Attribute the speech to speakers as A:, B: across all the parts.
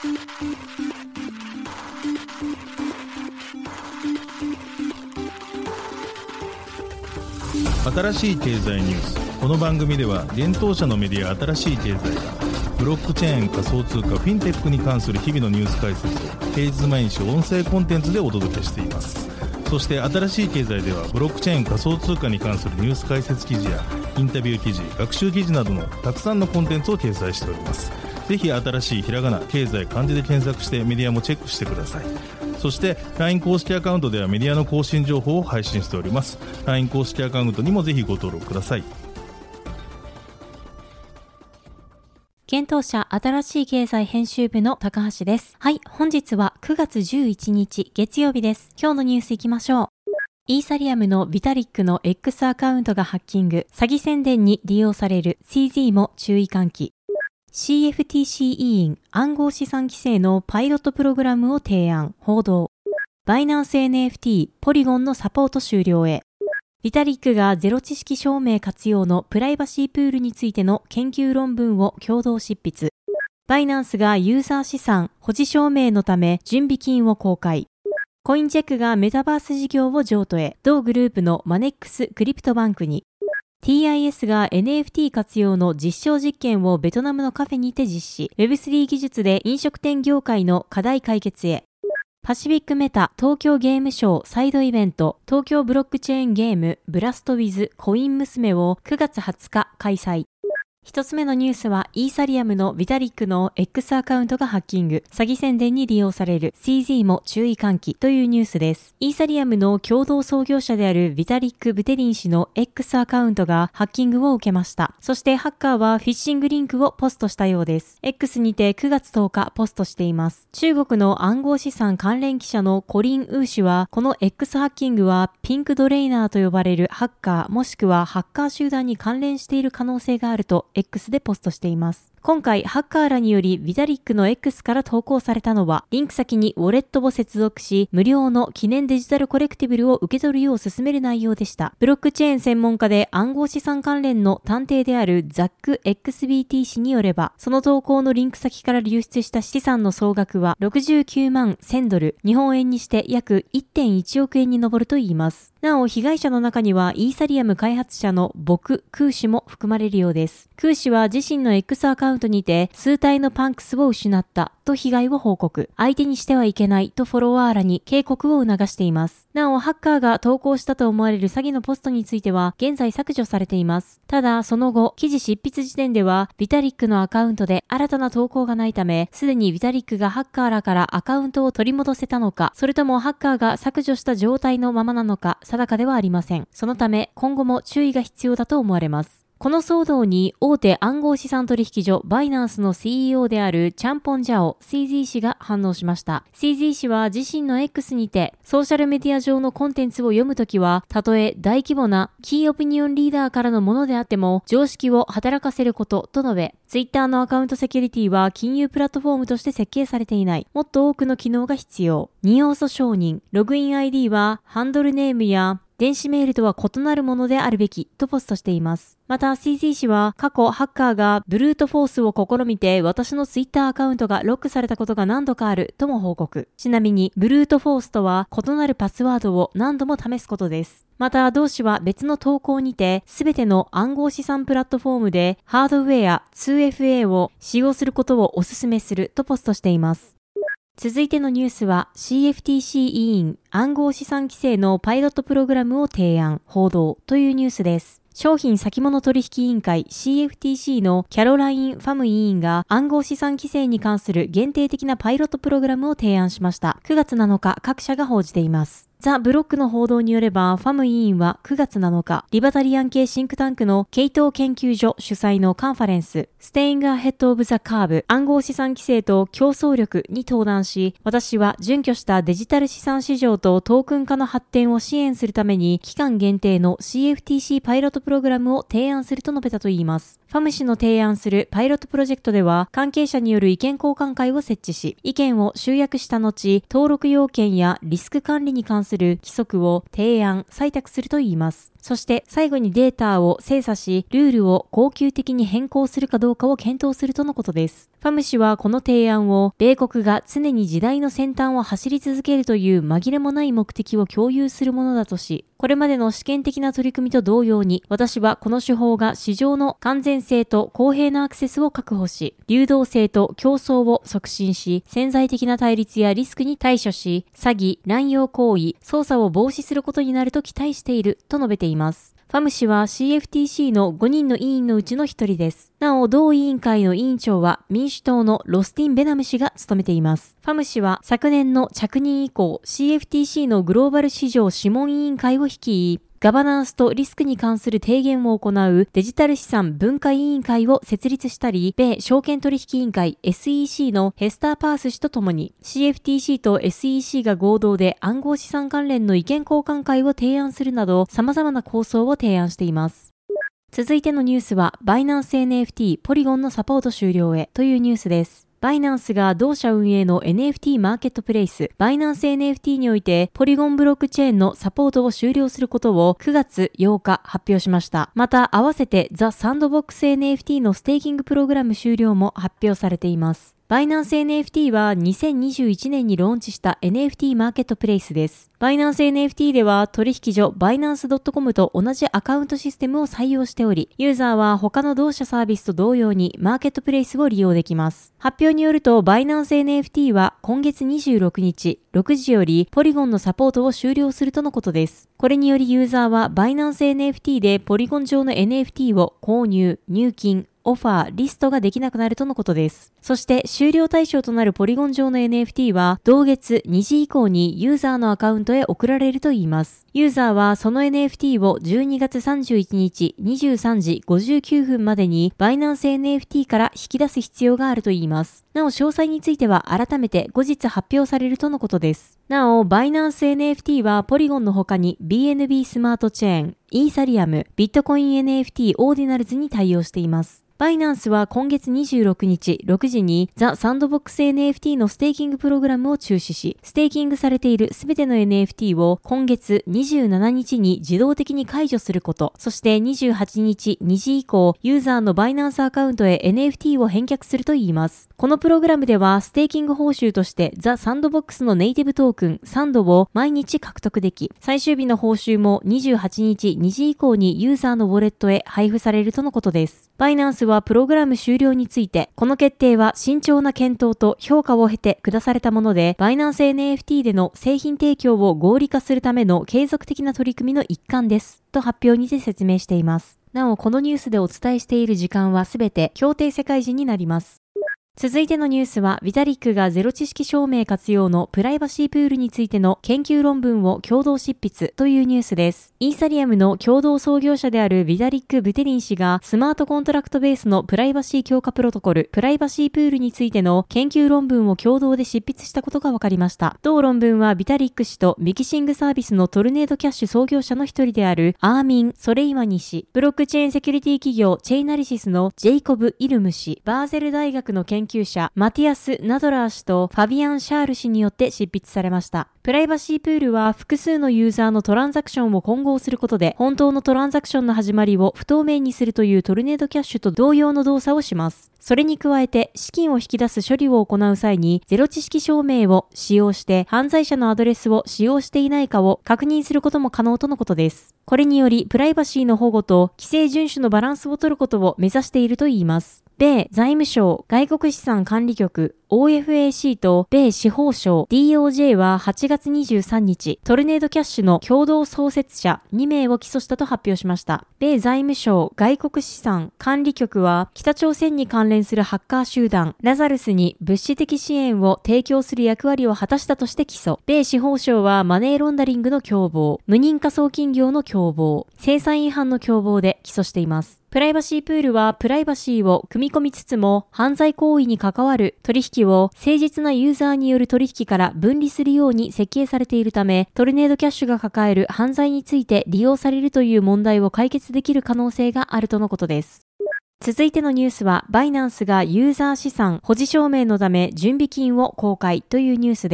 A: 新しい経済ニュース。この番組では現当社のメディア新しい経済がブロックチェーン、仮想通貨、フィンテックに関する日々のニュース解説を平日毎日音声コンテンツでお届けしています。そして新しい経済ではブロックチェーン、仮想通貨に関するニュース解説記事やインタビュー記事、学習記事などのたくさんのコンテンツを掲載しております。ぜひ新しいひらがな、経済、漢字で検索してメディアもチェックしてください。そして LINE 公式アカウントではメディアの更新情報を配信しております。 LINE 公式アカウントにもぜひご登録ください。
B: 現当社新しい経済編集部の高橋です。はい、本日は9月11日月曜日です。今日のニュースいきましょう。イーサリアムのビタリックの X アカウントがハッキング、詐欺宣伝に利用される CZ も注意喚起。CFTC 委員暗号資産規制のパイロットプログラムを提案、報道。バイナンス NFT ポリゴンのサポート終了へ。ビタリックがゼロ知識証明活用のプライバシープールについての研究論文を共同執筆。バイナンスがユーザー資産保持証明のため準備金を公開。コインチェックがメタバース事業を譲渡へ。同グループのマネックスクリプトバンクに。TIS が NFT 活用の実証実験をベトナムのカフェにて実施。Web3 技術で飲食店業界の課題解決へ。パシフィックメタ東京ゲームショーサイドイベント東京ブロックチェーンゲームブラストウィズコイン娘を9月20日開催。一つ目のニュースはイーサリアムのビタリックの X アカウントがハッキング、詐欺宣伝に利用される CZ も注意喚起というニュースです。イーサリアムの共同創業者であるビタリック・ブテリン氏の X アカウントがハッキングを受けました。そしてハッカーはフィッシングリンクをポストしたようです。X にて9月10日ポストしています。中国の暗号資産関連記者のコリン・ウー氏は、この X ハッキングはピンクドレイナーと呼ばれるハッカーもしくはハッカー集団に関連している可能性があると X でポストしています。今回ハッカーらによりビタリックの X から投稿されたのは、リンク先にウォレットを接続し無料の記念デジタルコレクティブルを受け取るよう勧める内容でした。ブロックチェーン専門家で暗号資産関連の探偵であるザック XBT 氏によれば、その投稿のリンク先から流出した資産の総額は69万1000ドル、日本円にして約 1.1 億円に上るといいます。なお被害者の中にはイーサリアム開発者の僕クー氏も含まれるようです。クー氏は自身の X アカウントにて数体のパンクスを失ったと被害を報告。相手にしてはいけないとフォロワーらに警告を促しています。なおハッカーが投稿したと思われる詐欺のポストについては現在削除されています。ただその後記事執筆時点ではビタリックのアカウントで新たな投稿がないため、すでにビタリックがハッカーらからアカウントを取り戻せたのか、それともハッカーが削除した状態のままなのか定かではありません。そのため今後も注意が必要だと思われます。この騒動に大手暗号資産取引所バイナンスの CEO であるチャンポンジャオ CZ 氏が反応しました。CZ 氏は自身の X にてソーシャルメディア上のコンテンツを読むときは、たとえ大規模なキーオピニオンリーダーからのものであっても常識を働かせることと述べ、Twitter のアカウントセキュリティは金融プラットフォームとして設計されていない。もっと多くの機能が必要。2要素承認。ログイン ID はハンドルネームや電子メールとは異なるものであるべきとポストしています。また CZ 氏は過去ハッカーがブルートフォースを試みて私の Twitter アカウントがロックされたことが何度かあるとも報告。ちなみにブルートフォースとは異なるパスワードを何度も試すことです。また同氏は別の投稿にてすべての暗号資産プラットフォームでハードウェア 2FA を使用することをお勧めするとポストしています。続いてのニュースは CFTC 委員暗号資産規制のパイロットプログラムを提案、報道というニュースです。商品先物取引委員会 CFTC のキャロライン・ファム委員が暗号資産規制に関する限定的なパイロットプログラムを提案しました。9月7日各社が報じています。ザ・ブロックの報道によれば、ファム委員は9月7日、リバタリアン系シンクタンクのケイトー研究所主催のカンファレンス、Staying Ahead of the Curve 暗号資産規制と競争力に登壇し、私は準拠したデジタル資産市場とトークン化の発展を支援するために期間限定の CFTC パイロットプログラムを提案すると述べたといいます。ファム氏の提案するパイロットプロジェクトでは、関係者による意見交換会を設置し、意見を集約した後、登録要件やリスク管理に関する規則を提案・採択するといいます。そして最後にデータを精査し、ルールを恒久的に変更するかどうかを検討するとのことです。 ファム氏はこの提案を、米国が常に時代の先端を走り続けるという紛れもない目的を共有するものだとし、これまでの試験的な取り組みと同様に、私はこの手法が市場の完全性と公平なアクセスを確保し、流動性と競争を促進し、潜在的な対立やリスクに対処し、詐欺、乱用行為、操作を防止することになると期待していると述べています。ファム氏は CFTC の5人の委員のうちの一人です。なお、同委員会の委員長は民主党のロスティン・ベナム氏が務めています。ファム氏は昨年の着任以降、CFTC のグローバル市場諮問委員会を率い、ガバナンスとリスクに関する提言を行うデジタル資産分解委員会を設立したり、米証券取引委員会 SEC のヘスター・パース氏と共に CFTC と SEC が合同で暗号資産関連の意見交換会を提案するなど様々な構想を提案しています。続いてのニュースは、バイナンス NFT ポリゴンのサポート終了へというニュースです。バイナンスが同社運営の NFT マーケットプレイス、バイナンス NFT において、ポリゴンブロックチェーンのサポートを終了することを9月8日発表しました。また、合わせてザ・サンドボックス NFT のステーキングプログラム終了も発表されています。バイナンス NFT は2021年にローンチした NFT マーケットプレイスです。バイナンス NFT では取引所バイナンス .com と同じアカウントシステムを採用しており、ユーザーは他の同社サービスと同様にマーケットプレイスを利用できます。発表によると、バイナンス NFT は今月26日6時よりポリゴンのサポートを終了するとのことです。これによりユーザーはバイナンス NFT でポリゴン上の NFT を購入、入金、オファー、リストができなくなるとのことです。そして終了対象となるポリゴン上の NFT は同月2時以降にユーザーのアカウントへ送られるといいます。ユーザーはその NFT を12月31日23時59分までにバイナンス NFT から引き出す必要があるといいます。なお詳細については改めて後日発表されるとのことです。なお、バイナンス NFT はポリゴンの他に BNB スマートチェーン、イーサリアム、ビットコイン NFT オーディナルズに対応しています。バイナンスは今月26日6時にザ・サンドボックス NFT のステーキングプログラムを中止し、ステーキングされているすべての NFT を今月27日に自動的に解除すること、そして28日2時以降、ユーザーのバイナンスアカウントへ NFT を返却するといいます。このプログラムではステーキング報酬としてザ・サンドボックスのネイティブトークンサンドを毎日獲得でき、最終日の報酬も28日2時以降にユーザーのウォレットへ配布されるとのことです。バイナンスはプログラム終了について、この決定は慎重な検討と評価を経て下されたもので、バイナンス NFT での製品提供を合理化するための継続的な取り組みの一環です、と発表にて説明しています。なお、このニュースでお伝えしている時間はすべて協定世界時になります。続いてのニュースは、ビタリックがゼロ知識証明活用のプライバシープールについての研究論文を共同執筆というニュースです。イーサリアムの共同創業者であるビタリック・ブテリン氏がスマートコントラクトベースのプライバシー強化プロトコル、プライバシープールについての研究論文を共同で執筆したことが分かりました。同論文はビタリック氏とミキシングサービスのトルネードキャッシュ創業者の一人であるアーミン・ソレイマニ氏、ブロックチェーンセキュリティ企業チェイナリシスのジェイコブ・イルム氏、バーゼル大学の研究者マティアス・ナドラー氏とファビアン・シャール氏によって執筆されました。プライバシープールは複数のユーザーのトランザクションを混合することで本当のトランザクションの始まりを不透明にするというトルネードキャッシュと同様の動作をします。それに加えて資金を引き出す処理を行う際にゼロ知識証明を使用して犯罪者のアドレスを使用していないかを確認することも可能とのことです。これによりプライバシーの保護と規制遵守のバランスを取ることを目指しているといいます。米財務省外国資産管理局 OFAC と米司法省 DOJ は8月23日、トルネードキャッシュの共同創設者2名を起訴したと発表しました。米財務省外国資産管理局は北朝鮮に関連するハッカー集団ラザルスに物資的支援を提供する役割を果たしたとして起訴。米司法省はマネーロンダリングの共謀、無認可送金業の共謀、制裁違反の共謀で起訴しています。プライバシープールはプライバシーを組み込みつつも犯罪行為に関わる取引を誠実なユーザーによる取引から分離するように設計されているため、トルネードキャッシュが抱える犯罪について利用されるという問題を解決できる可能性があるとのことです。続いてのニュースは、バイナンスがユーザー資産保持証明のため準備金を公開というニュースです。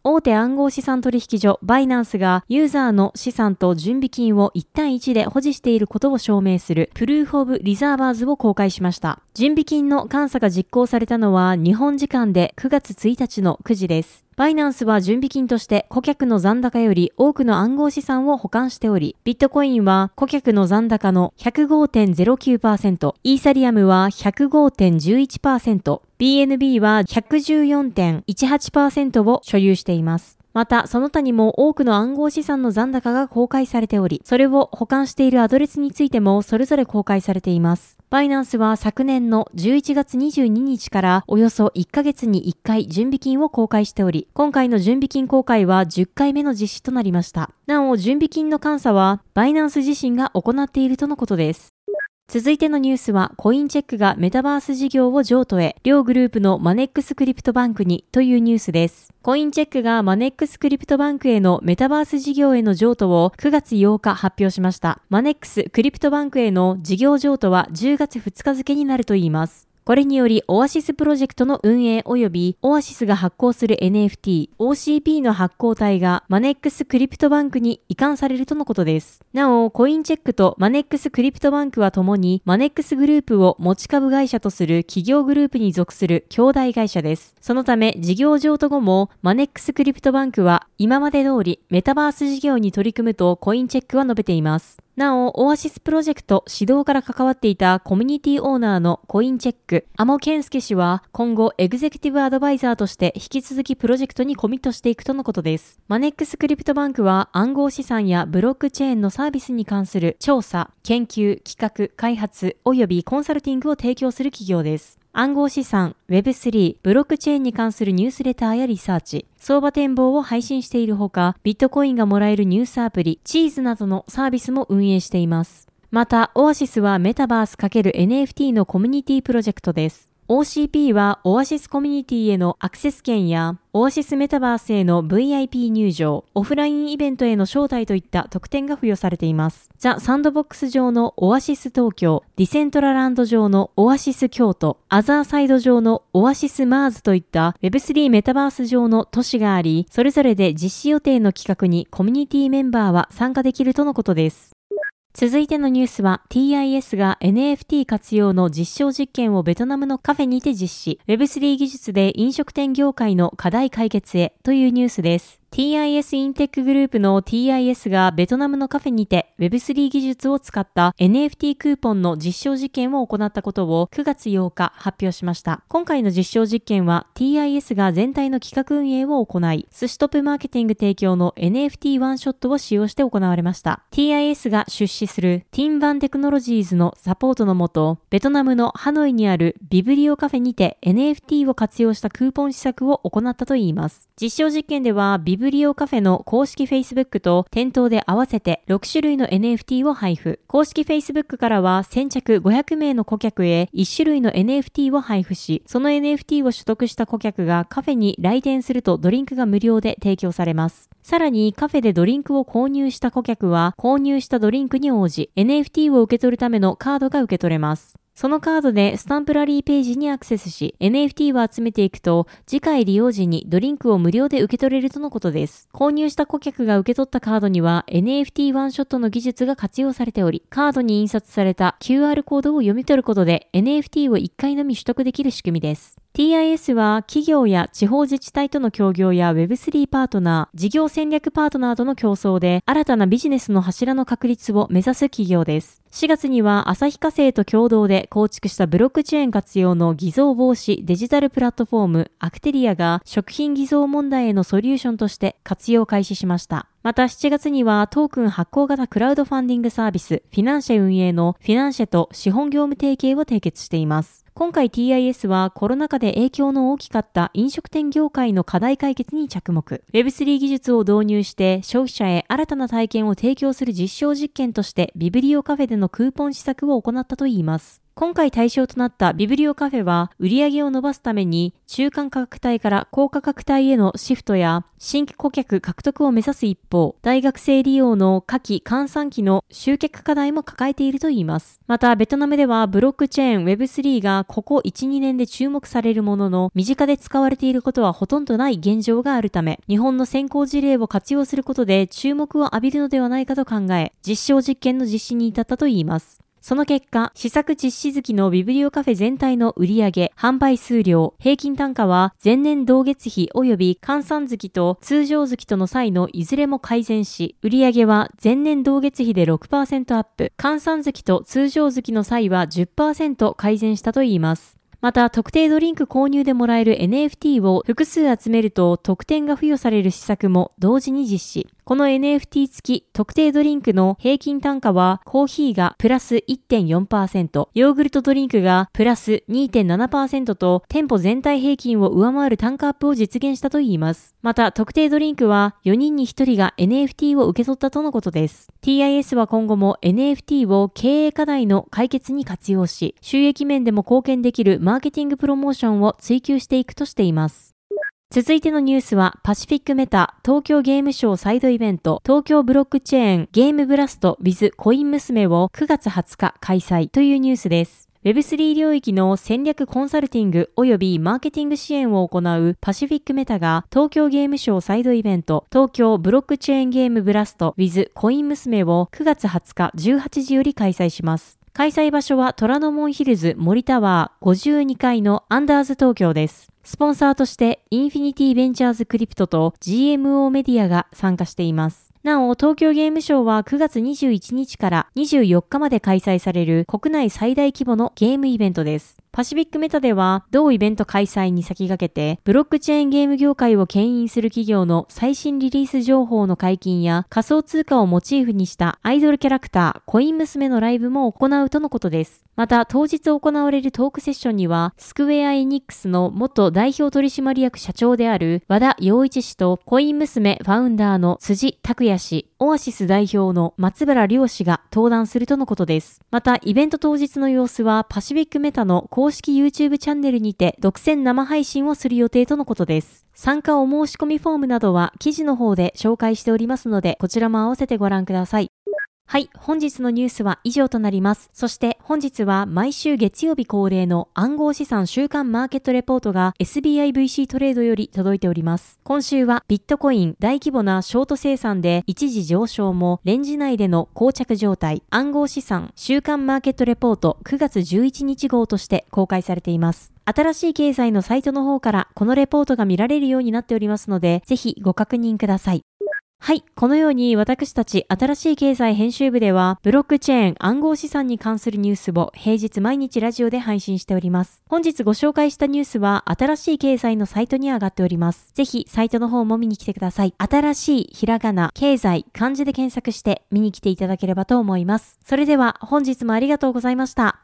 B: 大手暗号資産取引所バイナンスがユーザーの資産と準備金を1対1で保持していることを証明するプルーフオブリザーバーズを公開しました。準備金の監査が実行されたのは日本時間で9月1日の9時です。バイナンスは準備金として顧客の残高より多くの暗号資産を保管しており、ビットコインは顧客の残高の 105.09%、イーサリアムは 105.11%、BNB は 114.18% を所有しています。また、その他にも多くの暗号資産の残高が公開されており、それを保管しているアドレスについてもそれぞれ公開されています。バイナンスは昨年の11月22日からおよそ1ヶ月に1回準備金を公開しており、今回の準備金公開は10回目の実施となりました。なお、準備金の監査はバイナンス自身が行っているとのことです。続いてのニュースは、コインチェックがメタバース事業を譲渡へ、両グループのマネックスクリプトバンクにというニュースです。コインチェックがマネックスクリプトバンクへのメタバース事業への譲渡を9月8日発表しました。マネックスクリプトバンクへの事業譲渡は10月2日付になるといいます。これにより、オアシスプロジェクトの運営及び、オアシスが発行する NFT、OCP の発行体がマネックスクリプトバンクに移管されるとのことです。なお、コインチェックとマネックスクリプトバンクはともに、マネックスグループを持ち株会社とする企業グループに属する兄弟会社です。そのため、事業譲渡後も、マネックスクリプトバンクは、今まで通りメタバース事業に取り組むとコインチェックは述べています。なお、オアシスプロジェクト始動から関わっていたコミュニティオーナーのコインチェック、アモケンスケ氏は今後エグゼクティブアドバイザーとして引き続きプロジェクトにコミットしていくとのことです。マネックスクリプトバンクは暗号資産やブロックチェーンのサービスに関する調査、研究、企画、開発及びコンサルティングを提供する企業です。暗号資産、Web3、ブロックチェーンに関するニュースレターやリサーチ、相場展望を配信しているほか、ビットコインがもらえるニュースアプリ、チーズなどのサービスも運営しています。また、オアシスはメタバース×NFT のコミュニティプロジェクトです。OCP はオアシスコミュニティへのアクセス権やオアシスメタバースへの VIP 入場、オフラインイベントへの招待といった特典が付与されています。ザ・サンドボックス上のオアシス東京、ディセントラランド上のオアシス京都、アザーサイド上のオアシスマーズといった Web3 メタバース上の都市があり、それぞれで実施予定の企画にコミュニティメンバーは参加できるとのことです。続いてのニュースは TIS が NFT 活用の実証実験をベトナムのカフェにて実施。Web3 技術で飲食店業界の課題解決へというニュースです。TIS インテックグループの TIS がベトナムのカフェにて Web3 技術を使った NFT クーポンの実証実験を行ったことを9月8日発表しました。今回の実証実験は TIS が全体の企画運営を行い、寿司トップマーケティング提供の NFT ワンショットを使用して行われました。TIS が出資するティンバンテクノロジーズのサポートのもと、ベトナムのハノイにあるビブリオカフェにて NFT を活用したクーポン施策を行ったといいます。実証実験ではビブリオカフェの公式 Facebook と店頭で合わせて6種類の NFT を配布。公式 Facebook からは先着500名の顧客へ1種類の NFT を配布し、その NFT を取得した顧客がカフェに来店するとドリンクが無料で提供されます。さらにカフェでドリンクを購入した顧客は購入したドリンクに応じ NFT を受け取るためのカードが受け取れます。そのカードでスタンプラリーページにアクセスし NFT を集めていくと次回利用時にドリンクを無料で受け取れるとのことです。購入した顧客が受け取ったカードには NFT ワンショットの技術が活用されており、カードに印刷された QR コードを読み取ることで NFT を1回のみ取得できる仕組みです。TIS は企業や地方自治体との協業や Web3 パートナー、事業戦略パートナーとの競争で新たなビジネスの柱の確立を目指す企業です。4月には旭化成と共同で構築したブロックチェーン活用の偽造防止デジタルプラットフォームアクテリアが食品偽造問題へのソリューションとして活用開始しました。また7月にはトークン発行型クラウドファンディングサービスフィナンシェ運営のフィナンシェと資本業務提携を締結しています。今回 TIS はコロナ禍で影響の大きかった飲食店業界の課題解決に着目。Web3 技術を導入して消費者へ新たな体験を提供する実証実験としてビブリオカフェでのクーポン施策を行ったといいます。 今回対象となったビブリオカフェは売上を伸ばすために中間価格帯から高価格帯へのシフトや新規顧客獲得を目指す一方、大学生利用の夏季閑散期の集客課題も抱えているといいます。またベトナムではブロックチェーン Web3 がここ 1,2 年で注目されるものの、身近で使われていることはほとんどない現状があるため、日本の先行事例を活用することで注目を浴びるのではないかと考え、実証実験の実施に至ったといいます。その結果、試作実施月のビブリオカフェ全体の売上、販売数量、平均単価は前年同月比及び換算月と通常月との際のいずれも改善し、売上は前年同月比で 6% アップ、換算月と通常月の際は 10% 改善したといいます。また、特定ドリンク購入でもらえる NFT を複数集めると特典が付与される施策も同時に実施。この NFT 付き特定ドリンクの平均単価はコーヒーがプラス 1.4%、ヨーグルトドリンクがプラス 2.7% と店舗全体平均を上回る単価アップを実現したといいます。また特定ドリンクは4人に1人が NFT を受け取ったとのことです。TIS は今後も NFT を経営課題の解決に活用し、収益面でも貢献できるマーケティングプロモーションを追求していくとしています。続いてのニュースは、パシフィックメタ東京ゲームショウサイドイベント東京ブロックチェーンゲームブラスト with コイン娘を9月20日開催というニュースです。Web3 領域の戦略コンサルティング及びマーケティング支援を行うパシフィックメタが東京ゲームショウサイドイベント東京ブロックチェーンゲームブラスト with コイン娘を9月20日18時より開催します。開催場所は虎ノ門ヒルズ森タワー52階のアンダーズ東京です。スポンサーとしてインフィニティベンチャーズクリプトと GMO メディアが参加しています。なお、東京ゲームショウは9月21日から24日まで開催される国内最大規模のゲームイベントです。パシフィックメタでは同イベント開催に先駆けてブロックチェーンゲーム業界を牽引する企業の最新リリース情報の解禁や仮想通貨をモチーフにしたアイドルキャラクターコイン娘のライブも行うとのことです。また当日行われるトークセッションにはスクウェアエニックスの元代表取締役社長である和田洋一氏とコイン娘ファウンダーの辻拓也氏、オアシス代表の松原亮氏が登壇するとのことです。またイベント当日の様子はパシフィックメタの公式 YouTube チャンネルにて独占生配信をする予定とのことです。参加お申し込みフォームなどは記事の方で紹介しておりますので、こちらも合わせてご覧ください。はい、本日のニュースは以上となります。そして本日は毎週月曜日恒例の暗号資産週間マーケットレポートが SBIVC トレードより届いております。今週はビットコイン大規模なショート生産で一時上昇もレンジ内での膠着状態、暗号資産週間マーケットレポート9月11日号として公開されています。新しい経済のサイトの方からこのレポートが見られるようになっておりますので、ぜひご確認ください。はい。このように私たち新しい経済編集部ではブロックチェーン暗号資産に関するニュースを平日毎日ラジオで配信しております。本日ご紹介したニュースは新しい経済のサイトに上がっております。ぜひサイトの方も見に来てください。新しいひらがな、経済、漢字で検索して見に来ていただければと思います。それでは本日もありがとうございました。